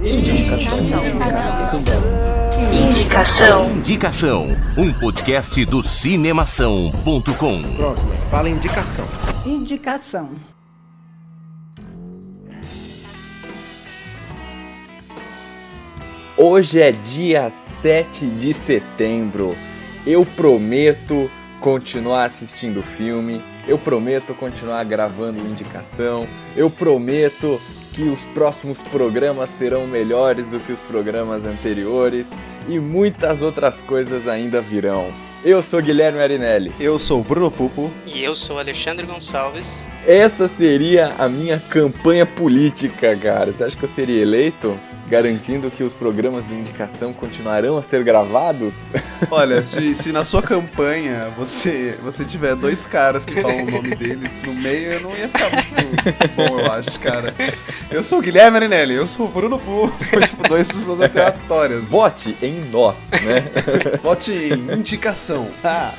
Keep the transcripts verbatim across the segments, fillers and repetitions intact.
Indicação. Indicação. Indicação. Um podcast do cinemação ponto com. Pronto, fala indicação. Indicação. Hoje é dia sete de setembro. Eu prometo continuar assistindo o filme. Eu prometo continuar gravando indicação. Eu prometo que os próximos programas serão melhores do que os programas anteriores. E muitas outras coisas ainda virão. Eu sou Guilherme Arinelli. Eu sou o Bruno Pupo. E eu sou Alexandre Gonçalves. Essa seria a minha campanha política, cara. Você acha que eu seria eleito? Garantindo que os programas de indicação continuarão a ser gravados? Olha, se, se na sua campanha você, você tiver dois caras que falam o nome deles no meio, eu não ia ficar muito bom, eu acho, cara. Eu sou o Guilherme Arinelli, eu sou o Bruno Pupo, tipo, dois pessoas aleatórias. Vote em nós, né? Vote em indicação. Ah.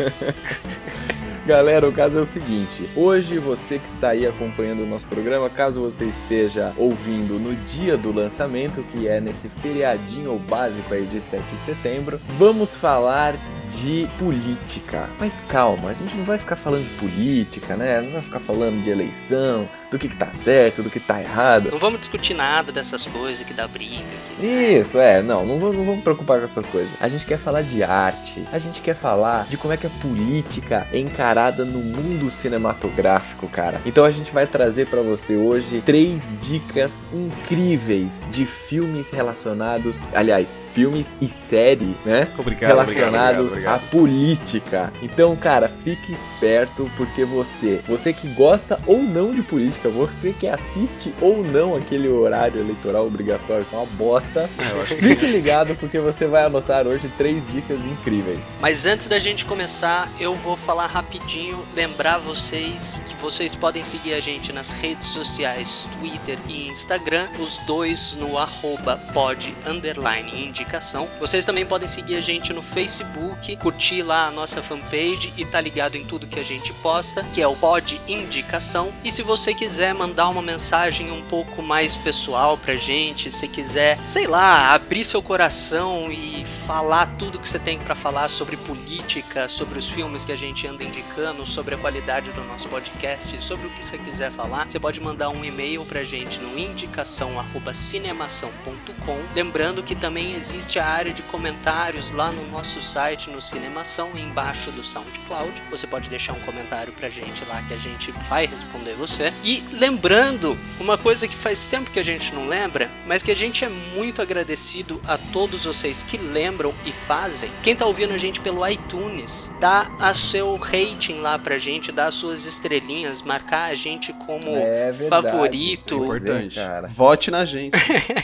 Galera, o caso é o seguinte, hoje você que está aí acompanhando o nosso programa, caso você esteja ouvindo no dia do lançamento, que é nesse feriadinho básico aí de sete de setembro, vamos falar de política. Mas calma, a gente não vai ficar falando de política, né? Não vai ficar falando de eleição, do que que tá certo, do que tá errado. Não vamos discutir nada dessas coisas que dá briga. Que... Isso, é, não, não vamos, não vamos preocupar com essas coisas. A gente quer falar de arte, a gente quer falar de como é que a política é encarada no mundo cinematográfico, cara. Então a gente vai trazer pra você hoje três dicas incríveis de filmes relacionados, aliás, filmes e série, né? Obrigado, relacionados obrigado, obrigado, à política. Então, cara, fique esperto porque você, você que gosta ou não de política, você que assiste ou não aquele horário eleitoral obrigatório, que é uma bosta, é, fique ligado porque você vai anotar hoje três dicas incríveis. Mas antes da gente começar, eu vou falar rapidinho, lembrar vocês que vocês podem seguir a gente nas redes sociais, Twitter e Instagram, os dois no arroba pod underline indicação. Vocês também podem seguir a gente no Facebook, curtir lá a nossa fanpage e tá ligado em tudo que a gente posta, que é o Pod Indicação. E se você quiser mandar uma mensagem um pouco mais pessoal pra gente, se quiser, sei lá, abrir seu coração e falar tudo que você tem pra falar sobre política, sobre os filmes que a gente anda indicando, sobre a qualidade do nosso podcast, sobre o que você quiser falar, você pode mandar um e-mail pra gente no indicação arroba cinemação ponto com. Lembrando que também existe a área de comentários lá no nosso site, no Cinemação, embaixo do SoundCloud. Você pode deixar um comentário pra gente lá que a gente vai responder você. E lembrando, uma coisa que faz tempo que a gente não lembra, mas que a gente é muito agradecido a todos vocês que lembram e fazem. Quem tá ouvindo a gente pelo iTunes, dá a seu rating lá pra gente, dá as suas estrelinhas, marcar a gente como é verdade, favorito. É importante. Cara. Vote na gente.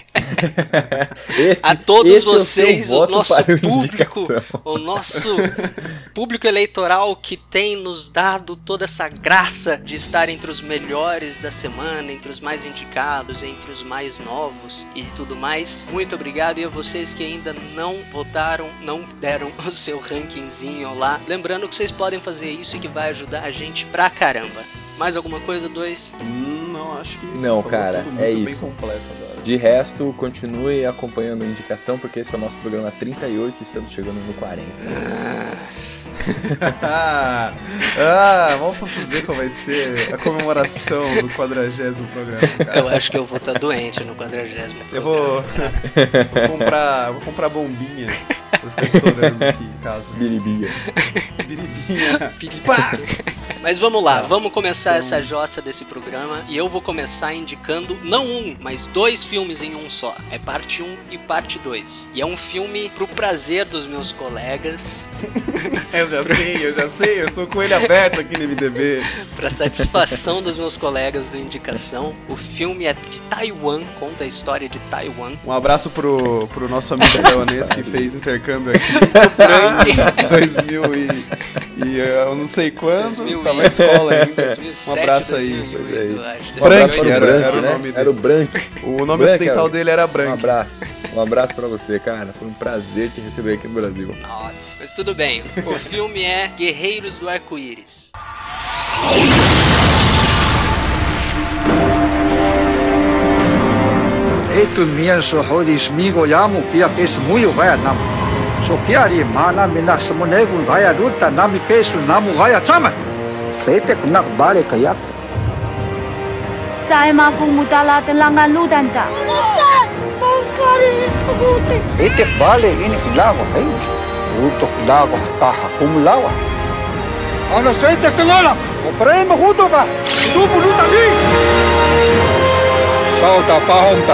esse, a todos esse vocês, é o, o nosso público, indicação. o nosso público eleitoral que tem nos dado toda essa graça de estar entre os melhores da semana, entre os mais indicados, entre os mais novos e tudo mais. Muito obrigado, e a vocês que ainda não votaram, não deram o seu rankingzinho lá. Lembrando que vocês podem fazer isso e que vai ajudar a gente pra caramba. Mais alguma coisa, dois? Hum, não, acho que isso. Não, cara, tudo é muito isso. Bem completo agora. De resto, continue acompanhando a indicação, porque esse é o nosso programa trinta e oito, estamos chegando no quarenta. ah, ah, vamos ver qual vai ser a comemoração do quadragésimo programa, cara. Eu acho que eu vou estar doente no quadragésimo Eu programa. vou, vou comprar, vou comprar bombinha. Vou ficar estourando aqui em casa. Biribinha. Biribinha. Piripá. Mas vamos lá, vamos começar essa jossa desse programa. E eu vou começar indicando não um, mas dois filmes em um só. É parte um e parte dois. E é um filme pro prazer dos meus colegas. Eu já sei, eu já sei, eu estou com ele aberto aqui no M D B. Pra satisfação dos meus colegas do Indicação, o filme é de Taiwan, conta a história de Taiwan. Um abraço pro, pro nosso amigo taiwanês que fez intercâmbio aqui em dois mil e, e eu não sei quando, dois mil tava na escola ainda. dois mil e sete, Um abraço aí. dois mil e oito, acho. Um abraço Brank, para o era- Brank, era o né? nome dele. Era o Brank. O nome Brank ocidental era- dele era Um Brank. abraço. Um abraço pra você, cara. Foi um prazer te receber aqui no Brasil. Not. Mas tudo bem, o filme é Guerreiros do Arco-Íris. Itu mian so hodis migo yamu pia pesu muyo gaya namu. So piari mana minak semonegu gaya duta nami pesu namu gaya sama. Sete kunak bale kayaku. Saya maku mutala telangan ludanta. Lutan, tangkari itu. Ete bale ini kulawa hai. Utok kulawa kaha kumulawa. Ano sete kenala. Oprema hutoka. Tu buluta ni. Sauta pahonta.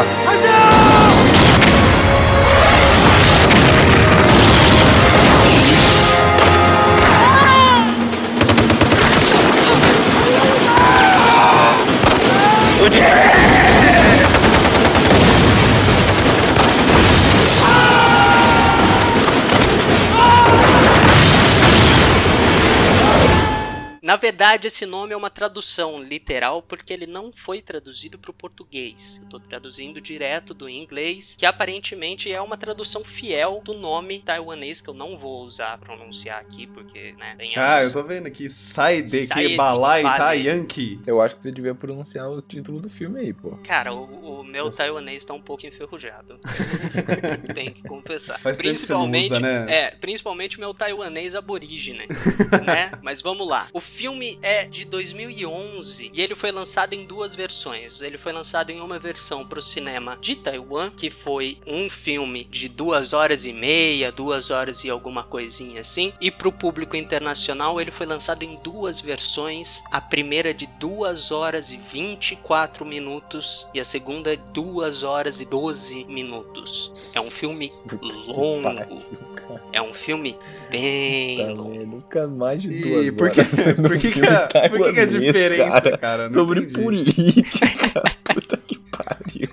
Na verdade, esse nome é uma tradução literal porque ele não foi traduzido para o português. Eu estou traduzindo direto do inglês, que aparentemente é uma tradução fiel do nome taiwanês, que eu não vou usar pronunciar aqui, porque, né, tem Ah, anos. eu tô vendo aqui. Sai de Sai de que balai balai. tá Yankee. Eu acho que você devia pronunciar o título do filme aí, pô. Cara, o, o meu taiwanês tá um pouco enferrujado. Tenho que confessar. Faz tempo que você não principalmente, usa, né? é, principalmente meu taiwanês aborígene, né? Mas vamos lá. O filme é de dois mil e onze e ele foi lançado em duas versões. Ele foi lançado em uma versão pro cinema de Taiwan, que foi um filme de duas horas e meia, duas horas e alguma coisinha assim. E pro público internacional ele foi lançado em duas versões. A primeira de duas horas e vinte e quatro minutos e a segunda duas horas e doze minutos. É um filme longo. É um filme bem Tá, longo. né? Nunca mais de duas E por que, horas. vendo por que, um que, filme a, por que, que a taiwanês, diferença, cara? Não Sobre entendi. política. Puta que pariu.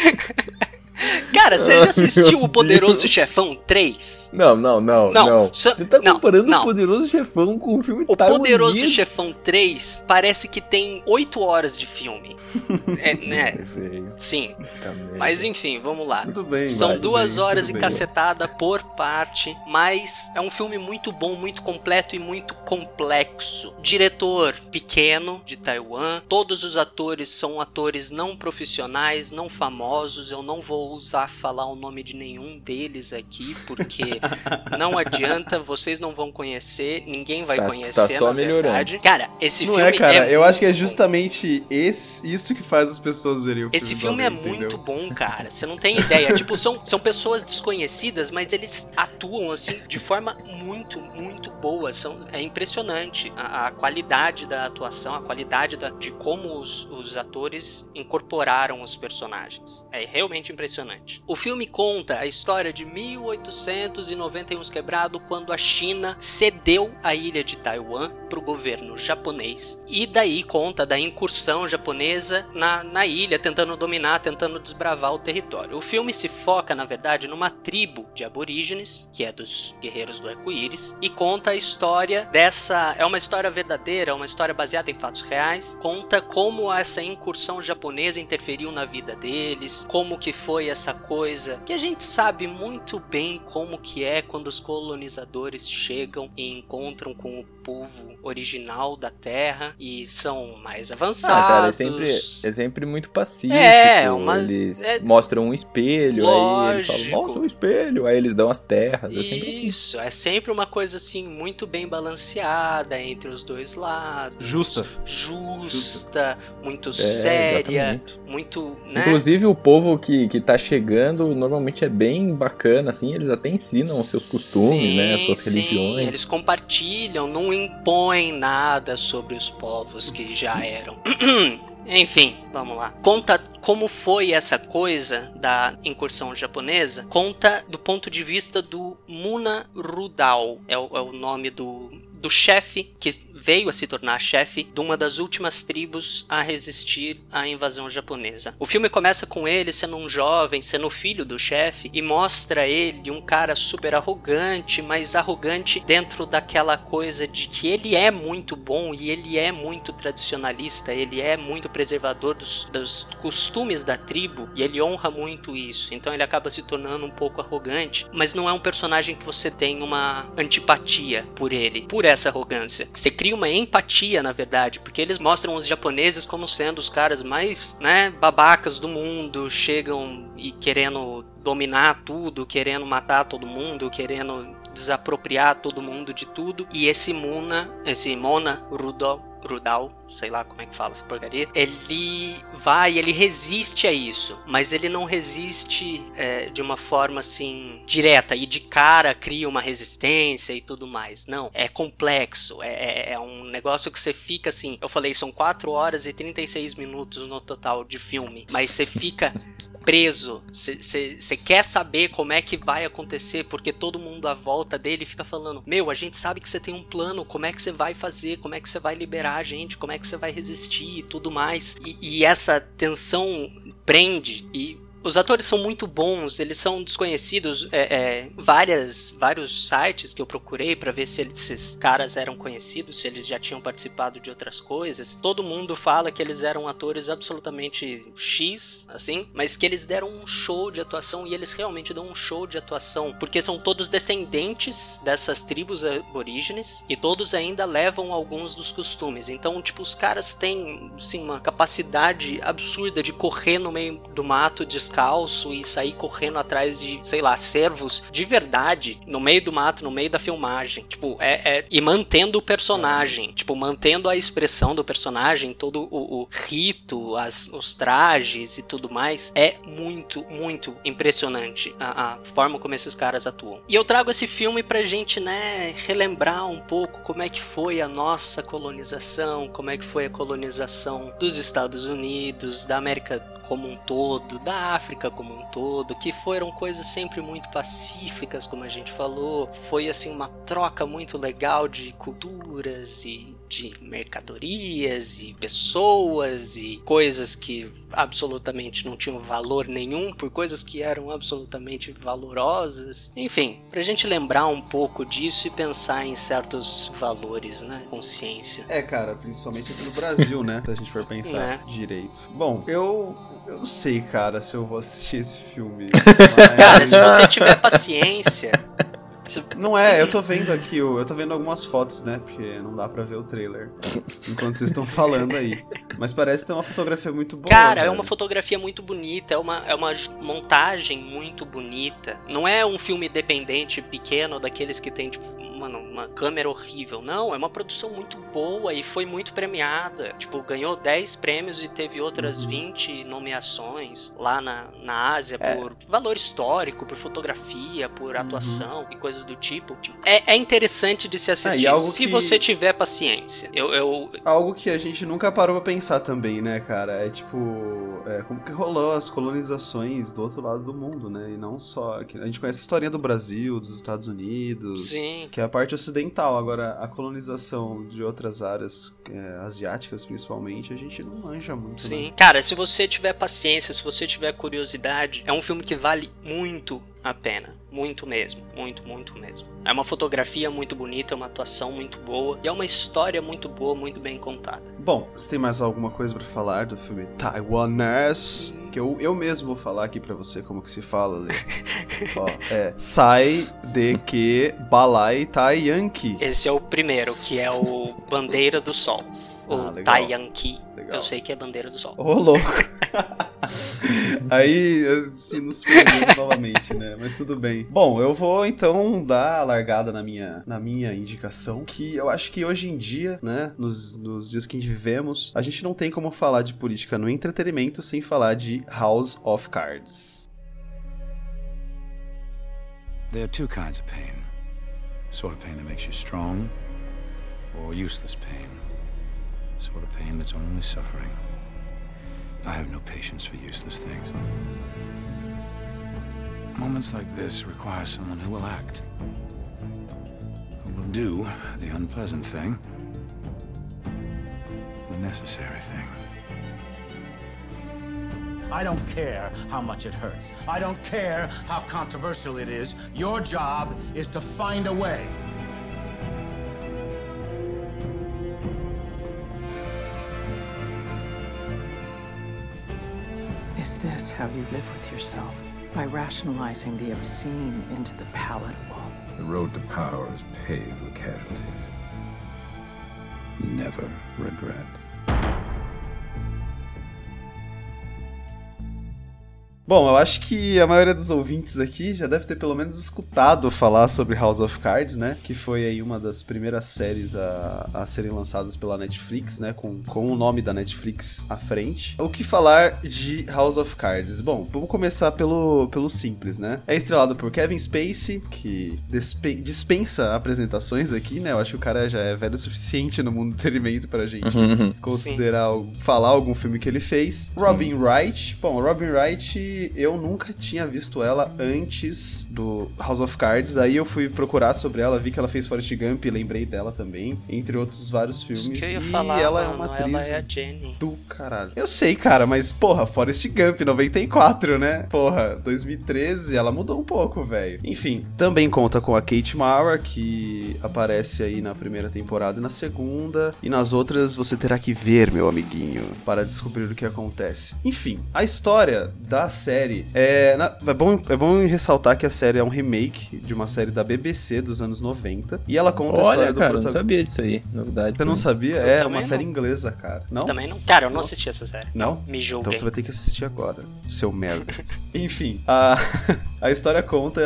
Cara, você já assistiu o Poderoso Chefão três? Não, não, não, Não, não. só- Você tá não, comparando não. o Poderoso Chefão com um filme O taiwanês? Poderoso Chefão três parece que tem oito horas de filme. É, né? É feio. Sim. Tá merda. Mas enfim, vamos lá. Tudo bem. São vai, duas tudo bem, horas tudo e bem. cacetada por parte, mas é um filme muito bom, muito completo e muito complexo. Diretor pequeno de Taiwan, todos os atores são atores não profissionais, não famosos. Eu não vou usar falar o nome de nenhum deles aqui, porque não adianta, vocês não vão conhecer, ninguém vai Tá- conhecer, tá só na melhorando. verdade. Cara, esse Não filme é, cara. eu muito acho que é bom. justamente esse, isso que faz as pessoas verem o filme. Esse pra filme ver, é entendeu? muito bom, cara. Você não tem ideia. Tipo, são, são pessoas desconhecidas, mas eles atuam, assim, de forma muito, muito boa. São, é impressionante a, a qualidade da atuação, a qualidade da, de como os, os atores incorporaram os personagens. É realmente impressionante. O filme conta a história de mil oitocentos e noventa e um quebrado, quando a China cedeu a ilha de Taiwan para o governo japonês. E daí conta da incursão japonesa na, na ilha, tentando dominar, tentando desbravar o território. O filme se foca, na verdade, numa tribo de aborígenes, que é dos guerreiros do arco-íris, e conta a história dessa... É uma história verdadeira, é uma história baseada em fatos reais. Conta como essa incursão japonesa interferiu na vida deles, como que foi essa coisa que a gente sabe muito bem como que é quando os colonizadores chegam e encontram com o povo original da terra e são mais avançados. Ah, cara, é sempre, é sempre muito pacífico. É, uma- Eles é- mostram um espelho, aí eles falam, Lógico. nossa, um espelho. Aí eles dão as terras, é sempre assim. Isso, é sempre uma coisa assim muito bem balanceada entre os dois lados. Justa. Justa, muito É, séria, exatamente. muito, né? Inclusive o povo que, que tá chegando normalmente é bem bacana, assim, eles até ensinam os seus costumes, Sim, né, as suas sim, religiões. eles compartilham, não impõem nada sobre os povos que já eram. Enfim, vamos lá. Conta como foi essa coisa da incursão japonesa. Conta do ponto de vista do Muna Rudao. É o, é o nome do, do chefe que veio a se tornar chefe de uma das últimas tribos a resistir à invasão japonesa. O filme começa com ele sendo um jovem, sendo filho do chefe, e mostra ele um cara super arrogante, mas arrogante dentro daquela coisa de que ele é muito bom e ele é muito tradicionalista, ele é muito preservador dos, dos costumes da tribo e ele honra muito isso. Então ele acaba se tornando um pouco arrogante, mas não é um personagem que você tem uma antipatia por ele. Por essa arrogância. Você cria uma empatia, na verdade, porque eles mostram os japoneses como sendo os caras mais, né, babacas do mundo, chegam e querendo dominar tudo, querendo matar todo mundo, querendo desapropriar todo mundo de tudo. E esse Muna, esse Mona Rudol, Rudal, sei lá como é que fala essa porcaria, ele vai, ele resiste a isso, mas ele não resiste é, de uma forma assim direta e de cara cria uma resistência e tudo mais. Não, é complexo, é, é um negócio que você fica assim, eu falei, são quatro horas e trinta e seis minutos no total de filme, mas você fica preso, você quer saber como é que vai acontecer, porque todo mundo à volta dele fica falando, meu, a gente sabe que você tem um plano, como é que você vai fazer, como é que você vai liberar a gente, como é que você vai resistir e tudo mais, e, e essa tensão prende, e os atores são muito bons, eles são desconhecidos, é, é, várias, vários sites que eu procurei pra ver se eles, esses caras eram conhecidos, se eles já tinham participado de outras coisas. Todo mundo fala que eles eram atores absolutamente X, assim, mas que eles deram um show de atuação, e eles realmente dão um show de atuação, porque são todos descendentes dessas tribos aborígenes, e todos ainda levam alguns dos costumes. Então, tipo, os caras têm, assim, uma capacidade absurda de correr no meio do mato, de descalço e sair correndo atrás de, sei lá, cervos de verdade, no meio do mato, no meio da filmagem, tipo, é, é e mantendo o personagem, tipo, mantendo a expressão do personagem, todo o, o rito, as, os trajes e tudo mais, é muito, muito impressionante a, a forma como esses caras atuam. E eu trago esse filme pra gente, né, relembrar um pouco como é que foi a nossa colonização, como é que foi a colonização dos Estados Unidos, da América como um todo, da África como um todo, que foram coisas sempre muito pacíficas, como a gente falou. Foi assim uma troca muito legal de culturas e de mercadorias e pessoas e coisas que absolutamente não tinham valor nenhum por coisas que eram absolutamente valorosas. Enfim, pra gente lembrar um pouco disso e pensar em certos valores, né? Consciência. É, cara, principalmente aqui no Brasil, né? Se a gente for pensar né? direito. Bom, eu... Eu não sei, cara, se eu vou assistir esse filme. Mas... Cara, se você tiver paciência... Não é, eu tô vendo aqui, eu tô vendo algumas fotos, né? Porque não dá pra ver o trailer enquanto vocês estão falando aí. Mas parece ter uma fotografia muito boa. Cara, velho. é uma fotografia muito bonita, é uma, é uma montagem muito bonita. Não é um filme independente, pequeno, daqueles que tem, tipo, mano, uma câmera horrível. Não, é uma produção muito boa e foi muito premiada. Tipo, ganhou dez prêmios e teve outras uhum. vinte nomeações lá na, na Ásia é. por valor histórico, por fotografia, por uhum. atuação e coisas do tipo. É, é interessante de se assistir é, se que... você tiver paciência. Eu, eu... Algo que a gente nunca parou pra pensar também, né, cara? É tipo, é, como que rolou as colonizações do outro lado do mundo, né? E não só... A gente conhece a historinha do Brasil, dos Estados Unidos, Sim. que é a parte ocidental. Agora, a colonização de outras áreas, é, asiáticas principalmente, a gente não manja muito. Sim. Né? Cara, se você tiver paciência, se você tiver curiosidade, é um filme que vale muito a pena. Muito mesmo, muito, muito mesmo. É uma fotografia muito bonita, é uma atuação muito boa e é uma história muito boa, muito bem contada. Bom, você tem mais alguma coisa pra falar do filme Taiwanese? Que eu, eu mesmo vou falar aqui pra você como que se fala, Lê. Ó, é Sai de que Balai Tai Yankee. Esse é o primeiro, que é o Bandeira do Sol. O ah, Tai Yankee. Legal. Eu sei que é Bandeira do Sol. Ô, louco. Aí, assim, nos perdemos novamente, né? Mas tudo bem. Bom, eu vou, então, dar a largada na minha, na minha indicação, que eu acho que hoje em dia, né, nos, nos dias que vivemos, a gente não tem como falar de política no entretenimento sem falar de House of Cards. There are two kinds of pain. Sort of pain that makes you strong, or useless pain. Sort of pain that's only suffering. I have no patience for useless things. Moments like this require someone who will act. Who will do the unpleasant thing. The necessary thing. I don't care how much it hurts. I don't care how controversial it is. Your job is to find a way. Is this how you live with yourself? By rationalizing the obscene into the palatable? The road to power is paved with casualties. never regret. Bom, eu acho que a maioria dos ouvintes aqui já deve ter pelo menos escutado falar sobre House of Cards, né? Que foi aí uma das primeiras séries a, a serem lançadas pela Netflix, né? Com, com o nome da Netflix à frente. O que falar de House of Cards? Bom, vamos começar pelo, pelo simples, né? É estrelado por Kevin Spacey, que despe- dispensa apresentações aqui, né? Eu acho que o cara já é velho o suficiente no mundo do entretenimento pra gente considerar, falar algum filme que ele fez. Sim. Robin Wright. Bom, Robin Wright... eu nunca tinha visto ela antes do House of Cards, aí eu fui procurar sobre ela, vi que ela fez Forrest Gump, lembrei dela também, entre outros vários filmes, que eu ia e falar, ela mano, é uma atriz ela é a Jenny. Do caralho. Eu sei, cara, mas porra, Forrest Gump, noventa e quatro, né? Porra, dois mil e treze, ela mudou um pouco, velho. Enfim, também conta com a Kate Mara, que aparece aí na primeira temporada e na segunda, e nas outras você terá que ver, meu amiguinho, para descobrir o que acontece. Enfim, a história da série série é, na, é, bom, é bom ressaltar que a série é um remake de uma série da B B C dos anos noventa e ela conta Olha, a história do cara, protagonista. Eu não sabia disso aí, novidade. Você não sabia? Eu é uma não. série inglesa, cara. Não? Também não. Cara, eu não assisti essa série. Não? Me julguem. Então você vai ter que assistir agora, seu merda. Enfim, a, a história conta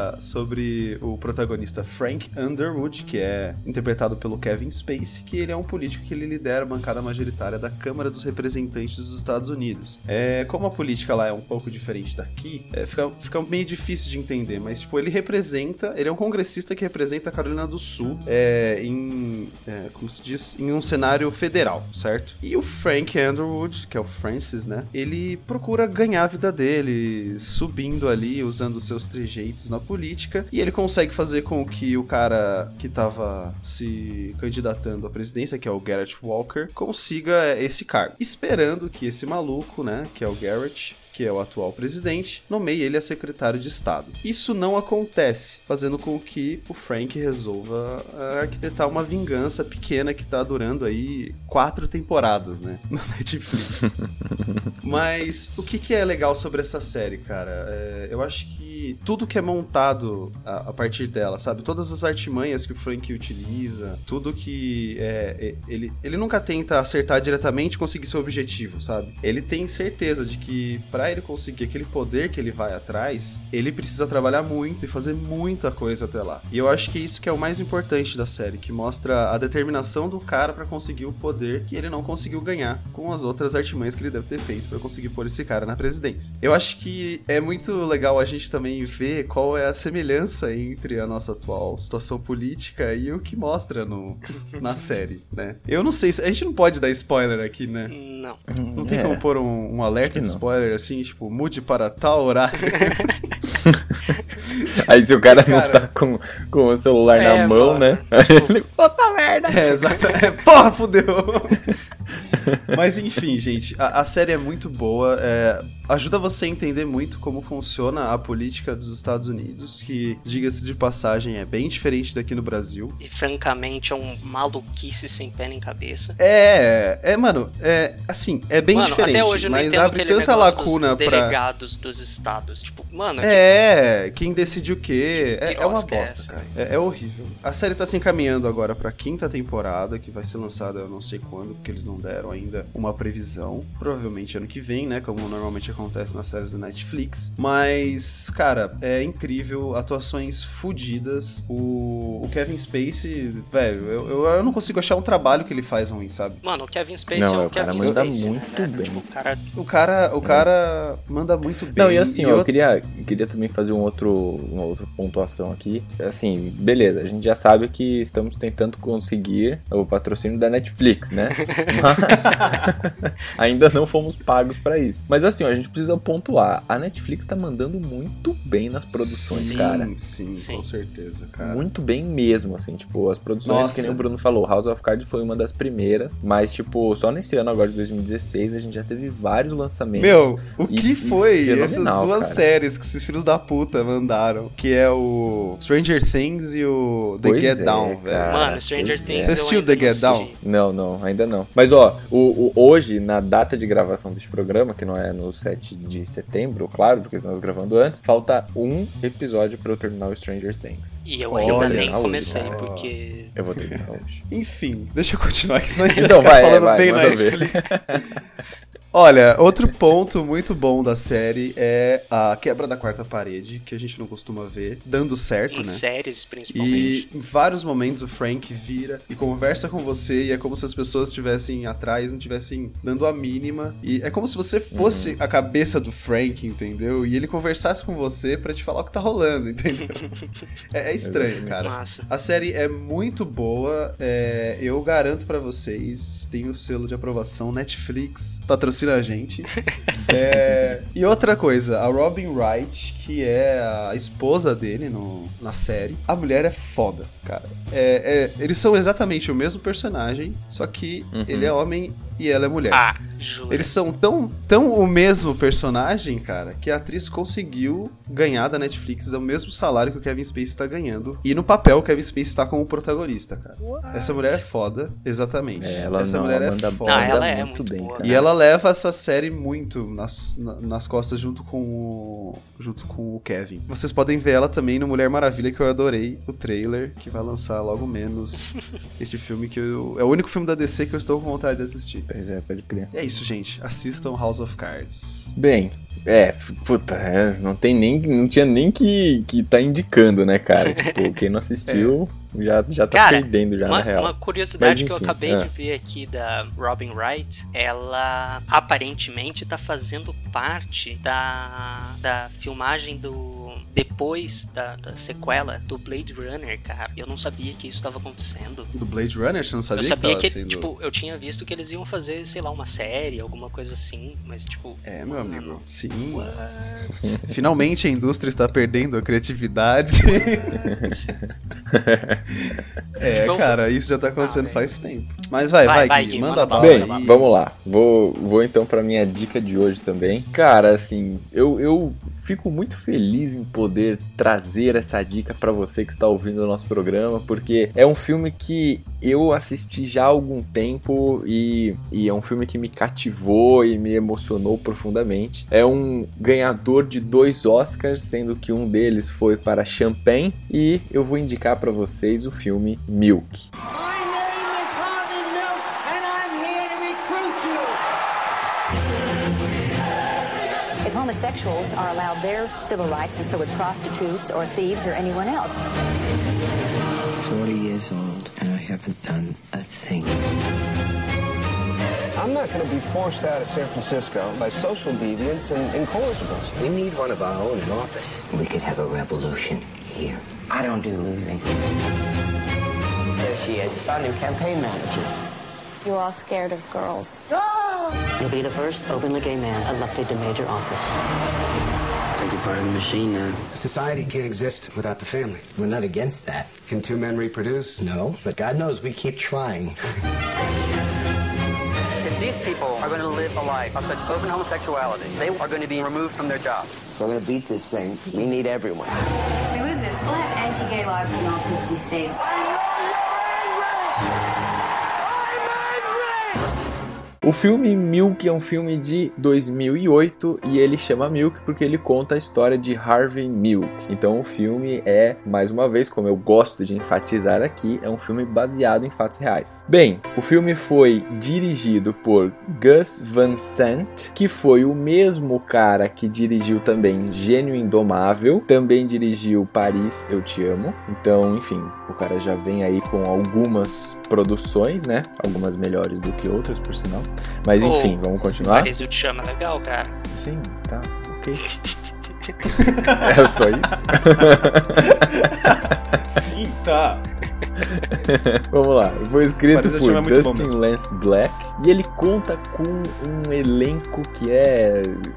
sobre o protagonista Frank Underwood, que é interpretado pelo Kevin Spacey, que ele é um político que ele lidera a bancada majoritária da Câmara dos Representantes dos Estados Unidos. É, como a política lá é um pouco diferente daqui, é, fica, fica meio difícil de entender, mas tipo, ele representa, ele é um congressista que representa a Carolina do Sul é, em, é, como se diz, em um cenário federal, certo? E o Frank Underwood, que é o Francis, né, ele procura ganhar a vida dele, subindo ali, usando os seus trejeitos na política, e ele consegue fazer com que o cara que tava se candidatando à presidência, que é o Garrett Walker, consiga esse cargo, esperando que esse maluco, né, que é o Garrett, que é o atual presidente, nomeie ele a secretário de Estado. Isso não acontece, fazendo com que o Frank resolva arquitetar uma vingança pequena que tá durando aí quatro temporadas, né, no Netflix. Mas o que, que é legal sobre essa série, cara? É, eu acho que tudo que é montado a, a partir dela, sabe? Todas as artimanhas que o Frank utiliza, tudo que é, é, ele, ele nunca tenta acertar diretamente e conseguir seu objetivo, sabe? Ele tem certeza de que pra ele conseguir aquele poder que ele vai atrás, ele precisa trabalhar muito e fazer muita coisa até lá. E eu acho que isso que é o mais importante da série, que mostra a determinação do cara pra conseguir o poder que ele não conseguiu ganhar com as outras artimanhas que ele deve ter feito pra conseguir pôr esse cara na presidência. Eu acho que é muito legal a gente também ver qual é a semelhança entre a nossa atual situação política e o que mostra no, na série, né? Eu não sei, se, a gente não pode dar spoiler aqui, né? Não. Não tem é. como pôr um, um alerta de spoiler assim, tipo, mude para tal horário. Aí se o cara, cara... não tá com, com o celular é, na mão, mano. né? Tipo... Ele, puta merda! É, exato. É, porra, fudeu! Mas enfim, gente, a, a série é muito boa, é, ajuda você a entender muito como funciona a política dos Estados Unidos, que, diga-se de passagem, é bem diferente daqui no Brasil. E francamente é um maluquice sem pé nem cabeça. É, é, mano, é, assim, é bem mano, diferente, até hoje eu não mas entendo abre aquele tanta negócio lacuna dos pra... delegados dos estados, tipo, mano... É, tipo, quem decide o quê? Que É, é uma birosca é bosta, essa? cara. É, é horrível. A série tá se encaminhando agora pra quinta temporada, que vai ser lançada eu não sei quando, porque eles não deram ainda uma previsão. Provavelmente ano que vem, né? Como normalmente acontece nas séries da Netflix. Mas, cara, é incrível. Atuações fodidas. O, o Kevin Spacey, velho, eu, eu, eu não consigo achar um trabalho que ele faz ruim, sabe? Mano, o Kevin Spacey Não, é o o cara Kevin manda Spacey, muito né, velho? bem. Tipo, o cara... O cara, o cara manda muito bem. Não, e assim, e ó, eu eu... queria, queria também fazer um outro, uma outra pontuação aqui. Assim, beleza, a gente já sabe que estamos tentando conseguir o patrocínio da Netflix, né? Mas ainda não fomos pagos pra isso. Mas assim, ó, a gente precisa pontuar. A Netflix tá mandando muito bem nas produções, sim, cara. Sim, sim, com certeza, cara. Muito bem mesmo, assim, tipo, as produções Nossa. que nem o Bruno falou, House of Cards foi uma das primeiras, mas, tipo, só nesse ano agora de dois mil e dezesseis a gente já teve vários lançamentos. Meu, o e, que foi e essas duas cara. séries que esses filhos da puta mandaram? Que é o Stranger Things e o The Pois Get é, Down, cara. velho. Mano, Stranger pois Things Você eu assistiu ainda The Get não Down? assisti. Não, não, ainda não. Mas, ó, O, o, hoje, na data de gravação deste programa, que não é no sete de setembro, claro, porque estamos gravando antes, falta um episódio pra eu terminar o Stranger Things. E eu Olha, ainda nem hoje. comecei, porque... Eu vou terminar hoje. Enfim, deixa eu continuar aqui, senão a gente Então vai vai, ficar é, falando vai, bem manda Netflix. Olha, outro ponto muito bom da série é a quebra da quarta parede, que a gente não costuma ver, dando certo, Em né? séries, principalmente. E em vários momentos o Frank vira e conversa com você e é como se as pessoas estivessem atrás, não estivessem dando a mínima. E é como se você fosse uhum. a cabeça do Frank, entendeu? E ele conversasse com você pra te falar o que tá rolando, entendeu? é, é estranho, cara. Massa. A série é muito boa, é, eu garanto pra vocês, tem o selo de aprovação Netflix, patrocina a gente. É, e outra coisa, a Robin Wright, que é a esposa dele no, na série, a mulher é foda, cara. É, é, eles são exatamente o mesmo personagem, só que uhum. ele é homem e ela é mulher. Ah, juro. Eles são tão, tão o mesmo personagem, cara, que a atriz conseguiu ganhar da Netflix o mesmo salário que o Kevin Spacey tá ganhando. E no papel o Kevin Spacey tá como protagonista, cara. What? Essa mulher é foda, exatamente. É, ela Essa não, mulher ela é foda. Não, ela é muito, muito bem, boa. cara. E ela leva essa série muito nas, na, nas costas junto com o junto com o Kevin. Vocês podem ver ela também no Mulher Maravilha, que eu adorei o trailer, que vai lançar logo menos este filme que eu, é o único filme da D C que eu estou com vontade de assistir. Pois é, pode crer. É isso, gente. Assistam House of Cards. Bem, é, puta, é, não tem nem, não tinha nem que, que tá indicando, né, cara? Tipo, quem não assistiu é. já, já tá cara, perdendo já, uma, na real. Uma curiosidade Mas, que eu enfim, acabei é. de ver aqui da Robin Wright, ela aparentemente tá fazendo parte da, da filmagem do... depois da, da sequela do Blade Runner, cara. Eu não sabia que isso estava acontecendo. Do Blade Runner? Você não sabia? Eu sabia que, que, sendo... tipo, eu tinha visto que eles iam fazer, sei lá, uma série, alguma coisa assim, mas tipo... É, meu mano, amigo. Sim. Finalmente a indústria está perdendo a criatividade. é, tipo, cara, isso já tá acontecendo ah, faz tempo. Mas vai, vai, vai, vai Gui, Gui, manda bala. Bem, aí. Vamos lá. Vou, vou então pra minha dica de hoje também. Cara, assim, eu, eu fico muito feliz em poder trazer essa dica pra você que está ouvindo o nosso programa, porque é um filme que eu assisti já há algum tempo e, e é um filme que me cativou e me emocionou profundamente. É um ganhador de dois Oscars, sendo que um deles foi para Champagne, e eu vou indicar pra vocês o filme Milk. Homosexuals are allowed their civil rights, and so would prostitutes or thieves or anyone else. forty years old, and I haven't done a thing. I'm not going to be forced out of San Francisco by social deviants and incorrigibles. We need one of our own in office. We could have a revolution here. I don't do losing. There she is, our new campaign manager. You're all scared of girls. You'll be the first openly gay man elected to major office. I think you're part of the machine now. Society can't exist without the family. We're not against that. Can two men reproduce? No, but God knows we keep trying. If these people are going to live a life of such open homosexuality, they are going to be removed from their jobs. If we're going to beat this thing, we need everyone. We lose this. We'll have anti-gay laws in all fifty states. O filme Milk é um filme de dois mil e oito e ele chama Milk porque ele conta a história de Harvey Milk. Então o filme é, mais uma vez, como eu gosto de enfatizar aqui, é um filme baseado em fatos reais. Bem, o filme foi dirigido por Gus Van Sant, que foi o mesmo cara que dirigiu também Gênio Indomável, também dirigiu Paris, Eu Te Amo. Então, enfim, o cara já vem aí com algumas produções, né? Algumas melhores do que outras, por sinal. Mas enfim, oh, vamos continuar. Paris Eu Te Amo é legal, cara. Sim, tá, ok. É só isso? Sim, tá. Vamos lá. Foi escrito Paris por é Dustin Lance Black e ele conta com um elenco que é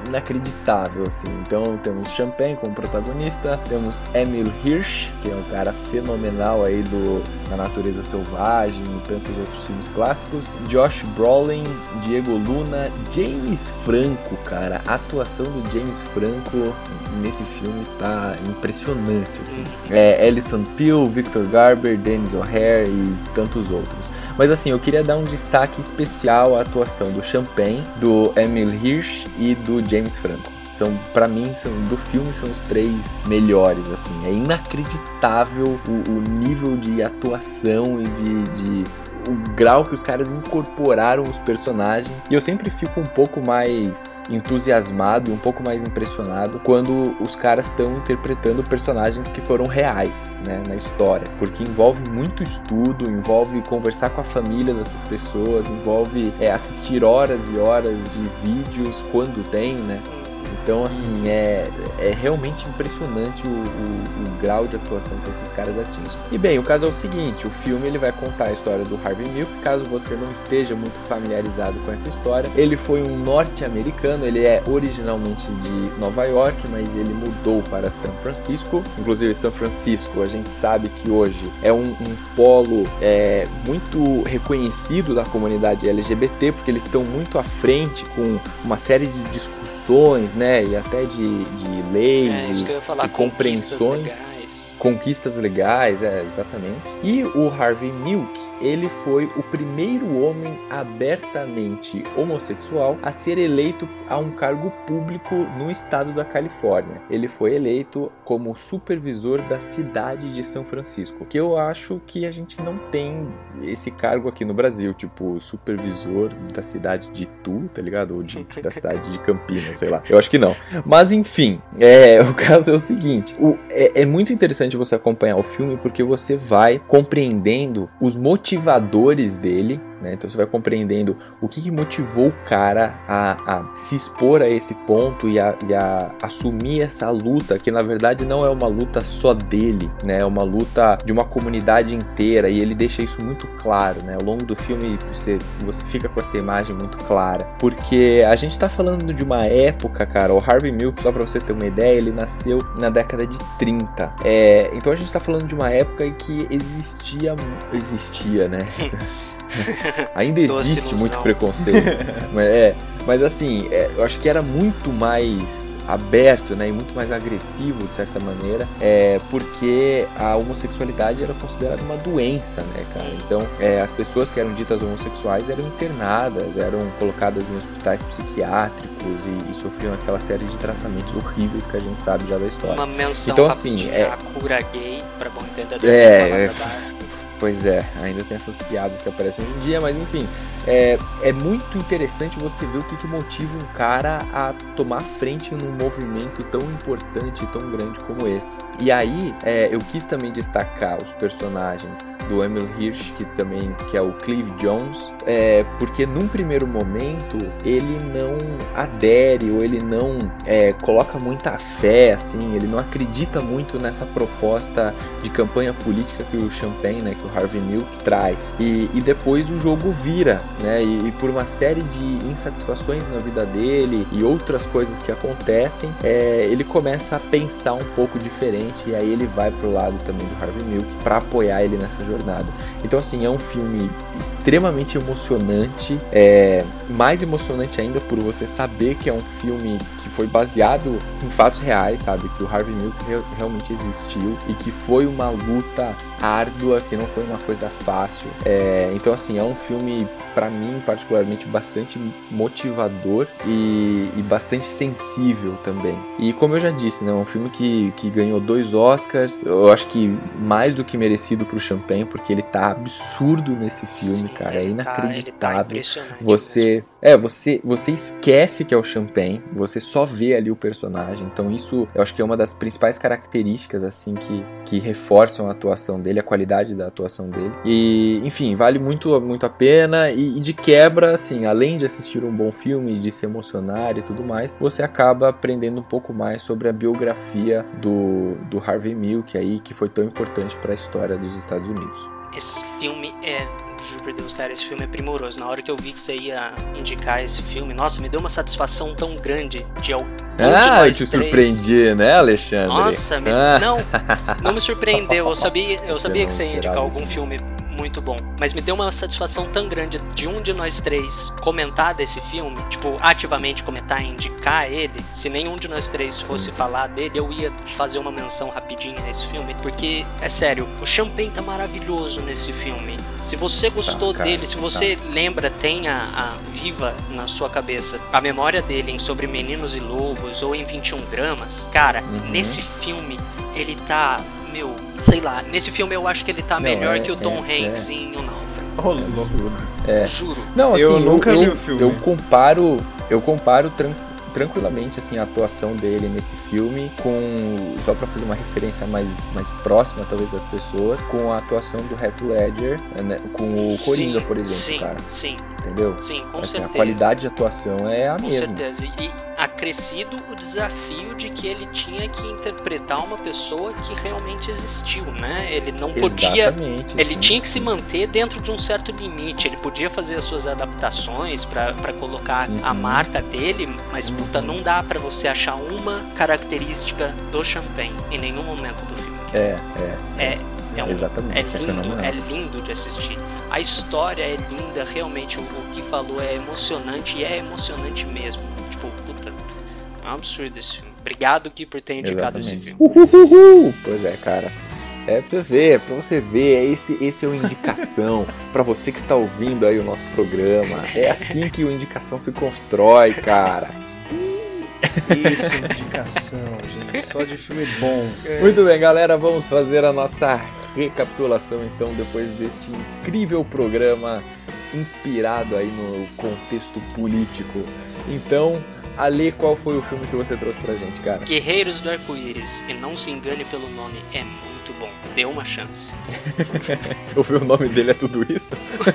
inacreditável, assim. Então temos Champagne como protagonista, temos Emil Hirsch, que é um cara fenomenal aí do da Natureza Selvagem e tantos outros filmes clássicos, Josh Brolin, Diego Luna, James Franco, cara, a atuação do James Franco nesse filme tá impressionante, assim. É, Alison Pill, Victor Garber, Dennis O'Hare e tantos outros. Mas assim, eu queria dar um destaque especial à atuação do Champagne, do Emil Hirsch e do James Franco. São, pra mim, são, do filme são os três melhores, assim. É inacreditável o, o nível de atuação e de, de o grau que os caras incorporaram os personagens. E eu sempre fico um pouco mais entusiasmado e um pouco mais impressionado quando os caras estão interpretando personagens que foram reais, né, na história, porque envolve muito estudo, envolve conversar com a família dessas pessoas, envolve é, assistir horas e horas de vídeos quando tem, né. Então, assim, é, é realmente impressionante o, o, o grau de atuação que esses caras atingem. E bem, o caso é o seguinte, o filme ele vai contar a história do Harvey Milk. Caso você não esteja muito familiarizado com essa história, ele foi um norte-americano, ele é originalmente de Nova York, mas ele mudou para São Francisco. Inclusive, São Francisco, a gente sabe que hoje é um, um polo é, muito reconhecido da comunidade L G B T, porque eles estão muito à frente com uma série de discussões, né, e até de, de leis é, isso e, que eu ia falar, e compreensões, legais. conquistas legais, é, exatamente. E o Harvey Milk, ele foi o primeiro homem abertamente homossexual a ser eleito a um cargo público no estado da Califórnia. Ele foi eleito como supervisor da cidade de São Francisco, que eu acho que a gente não tem esse cargo aqui no Brasil, tipo supervisor da cidade de Itu, tá ligado? Ou de, da cidade de Campinas, sei lá. Eu acho que não. Mas enfim, é, o caso é o seguinte, o, é, é muito interessante você acompanhar o filme porque você vai compreendendo os motivadores dele, né? Então você vai compreendendo o que, que motivou o cara a, a se expor a esse ponto e a, e a assumir essa luta, que na verdade não é uma luta só dele, né? É uma luta de uma comunidade inteira, e ele deixa isso muito claro, né? Ao longo do filme você, você fica com essa imagem muito clara, porque a gente tá falando de uma época, cara, o Harvey Milk, só pra você ter uma ideia, ele nasceu na década de trinta, é, então a gente tá falando de uma época em que existia, existia, né? Ainda existe muito preconceito, mas, é, mas assim, é, eu acho que era muito mais aberto, né, e muito mais agressivo de certa maneira, é, porque a homossexualidade era considerada uma doença, né, cara? Então é, as pessoas que eram ditas homossexuais eram internadas, eram colocadas em hospitais psiquiátricos e, e sofriam aquela série de tratamentos horríveis que a gente sabe já da história. Uma menção então, assim, rapidinha é, à cura gay, pra bom entendedor. É, é pois é, ainda tem essas piadas que aparecem hoje em dia, mas enfim, é, é muito interessante você ver o que, que motiva um cara a tomar frente num movimento tão importante e tão grande como esse. E aí, é, eu quis também destacar os personagens do Emil Hirsch, que também que é o Clive Jones, é, porque num primeiro momento ele não adere ou ele não é, coloca muita fé, assim, ele não acredita muito nessa proposta de campanha política que o Champagne, né, que o Harvey Milk traz, e, e depois o jogo vira, né, e, e por uma série de insatisfações na vida dele e outras coisas que acontecem, é, ele começa a pensar um pouco diferente, e aí ele vai pro lado também do Harvey Milk para apoiar ele nessa jornada. Então assim, é um filme extremamente emocionante, é, mais emocionante ainda por você saber que é um filme que foi baseado em fatos reais, sabe, que o Harvey Milk re- realmente existiu e que foi uma luta árdua, que não foi uma coisa fácil. É, então assim, é um filme pra mim particularmente bastante motivador e, e bastante sensível também. E como eu já disse, né, é um filme que, que ganhou dois Oscars, eu acho que mais do que merecido pro Champagne, porque ele tá absurdo nesse filme, sim, cara, é inacreditável. Tá, tá você, é, você, você esquece que é o Champagne, você só vê ali o personagem, então isso eu acho que é uma das principais características assim que, que reforçam a atuação dele, a qualidade da atuação dele. E, enfim, vale muito, muito a pena. E, e de quebra, assim, além de assistir um bom filme, de se emocionar e tudo mais, você acaba aprendendo um pouco mais sobre a biografia do, do Harvey Milk aí, que foi tão importante para a história dos Estados Unidos. esse filme é... Juro por Deus, cara, esse filme é primoroso. Na hora que eu vi que você ia indicar esse filme, nossa, me deu uma satisfação tão grande de algum Ah, eu te três. surpreendi, né, Alexandre? Nossa, me... ah. não, não me surpreendeu. Eu sabia, eu sabia que você ia indicar algum filme muito bom, mas me deu uma satisfação tão grande de um de nós três comentar desse filme, tipo, ativamente comentar e indicar ele. Se nenhum de nós três fosse falar dele, eu ia fazer uma menção rapidinha a esse filme, porque, é sério, o Champagne tá maravilhoso nesse filme. Se você gostou tá, dele, se você tá. lembra, tem a, a viva na sua cabeça a memória dele em Sobre Meninos e Lobos ou em vinte e um gramas, cara, uhum. nesse filme ele tá... Meu, sei lá, nesse filme eu acho que ele tá não, melhor é, que o Tom é, Hanks é. em O Náufrago. Oh, louco. É. Juro. Não, assim, eu nunca eu, vi o filme. Eu comparo, eu comparo tran- tranquilamente assim, a atuação dele nesse filme com, só pra fazer uma referência mais, mais próxima, talvez, das pessoas, com a atuação do Heath Ledger, né, com o Coringa, sim, por exemplo, sim, cara. Sim, entendeu? Sim, com assim, certeza. A qualidade de atuação é a com mesma. Com certeza. E acrescido o desafio de que ele tinha que interpretar uma pessoa que realmente existiu, né? Ele não podia... Exatamente, ele sim. tinha que se manter dentro de um certo limite. Ele podia fazer as suas adaptações pra, pra colocar uhum. a marca dele, mas, uhum. puta, não dá pra você achar uma característica do Champagne em nenhum momento do filme. É, é. É... É, um, Exatamente, é lindo, é, é lindo de assistir. A história é linda, realmente. O, o que falou é emocionante e é emocionante mesmo. Tipo, puta, é um absurdo esse filme. Obrigado, Gui, por ter indicado Exatamente. esse filme. Uhuhuhu. Pois é, cara. É pra ver, é pra você ver. Esse, esse é o Indicação. Pra você que está ouvindo aí o nosso programa. É assim que o Indicação se constrói, cara. Isso, Indicação, gente. Só de filme bom. Muito bem, galera. Vamos fazer a nossa recapitulação, então, depois deste incrível programa inspirado aí no contexto político. Então, Ale, qual foi o filme que você trouxe pra gente, cara? Guerreiros do Arco-Íris, e não se engane pelo nome, é muito bom. Dê uma chance. Ouvir o nome dele é tudo isso?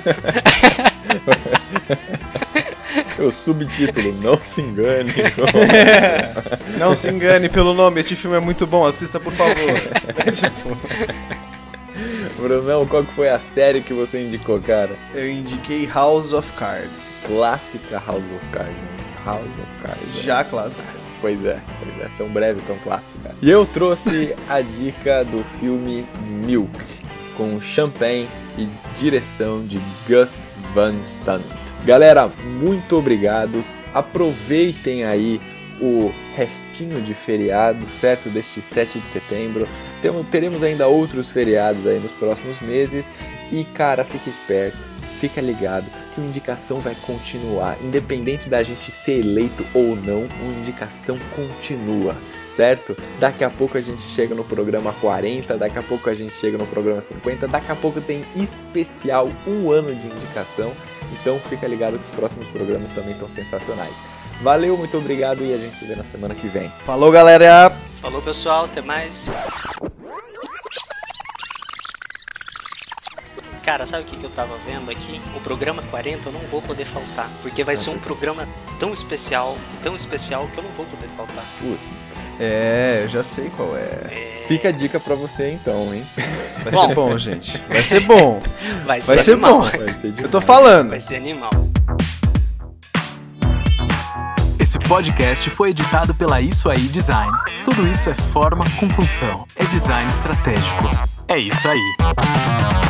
O subtítulo, não se engane. É, não se engane pelo nome, este filme é muito bom, assista por favor. É tipo... Brunão, qual que foi a série que você indicou, cara? Eu indiquei House of Cards. Clássica House of Cards, né? House of Cards. Já é. clássica. Pois é, pois é, tão breve, tão clássica. E eu trouxe a dica do filme Milk, com Champagne e direção de Gus Van Sant. Galera, muito obrigado. Aproveitem aí o restinho de feriado, certo? Deste sete de setembro. Temos, teremos ainda outros feriados aí nos próximos meses. E, cara, fique esperto, fica ligado que o Indicação vai continuar. Independente da gente ser eleito ou não, o Indicação continua, certo? Daqui a pouco a gente chega no programa quarenta, daqui a pouco a gente chega no programa cinquenta, daqui a pouco tem especial um ano de Indicação. Então fica ligado que os próximos programas também estão sensacionais. Valeu, muito obrigado e a gente se vê na semana que vem. Falou, galera! Falou, pessoal, até mais. Cara, sabe o que, que eu tava vendo aqui? O programa quarenta eu não vou poder faltar, porque vai ser um programa tão especial, tão especial que eu não vou poder faltar. Putz. É, eu já sei qual é. é... Fica a dica pra você então, hein? Vai bom. ser bom, gente. Vai ser bom. Vai ser, vai ser animal. bom. Vai ser eu tô falando. Vai ser animal. Esse podcast foi editado pela Isso Aí Design. Tudo isso é forma com função. É design estratégico. É isso aí.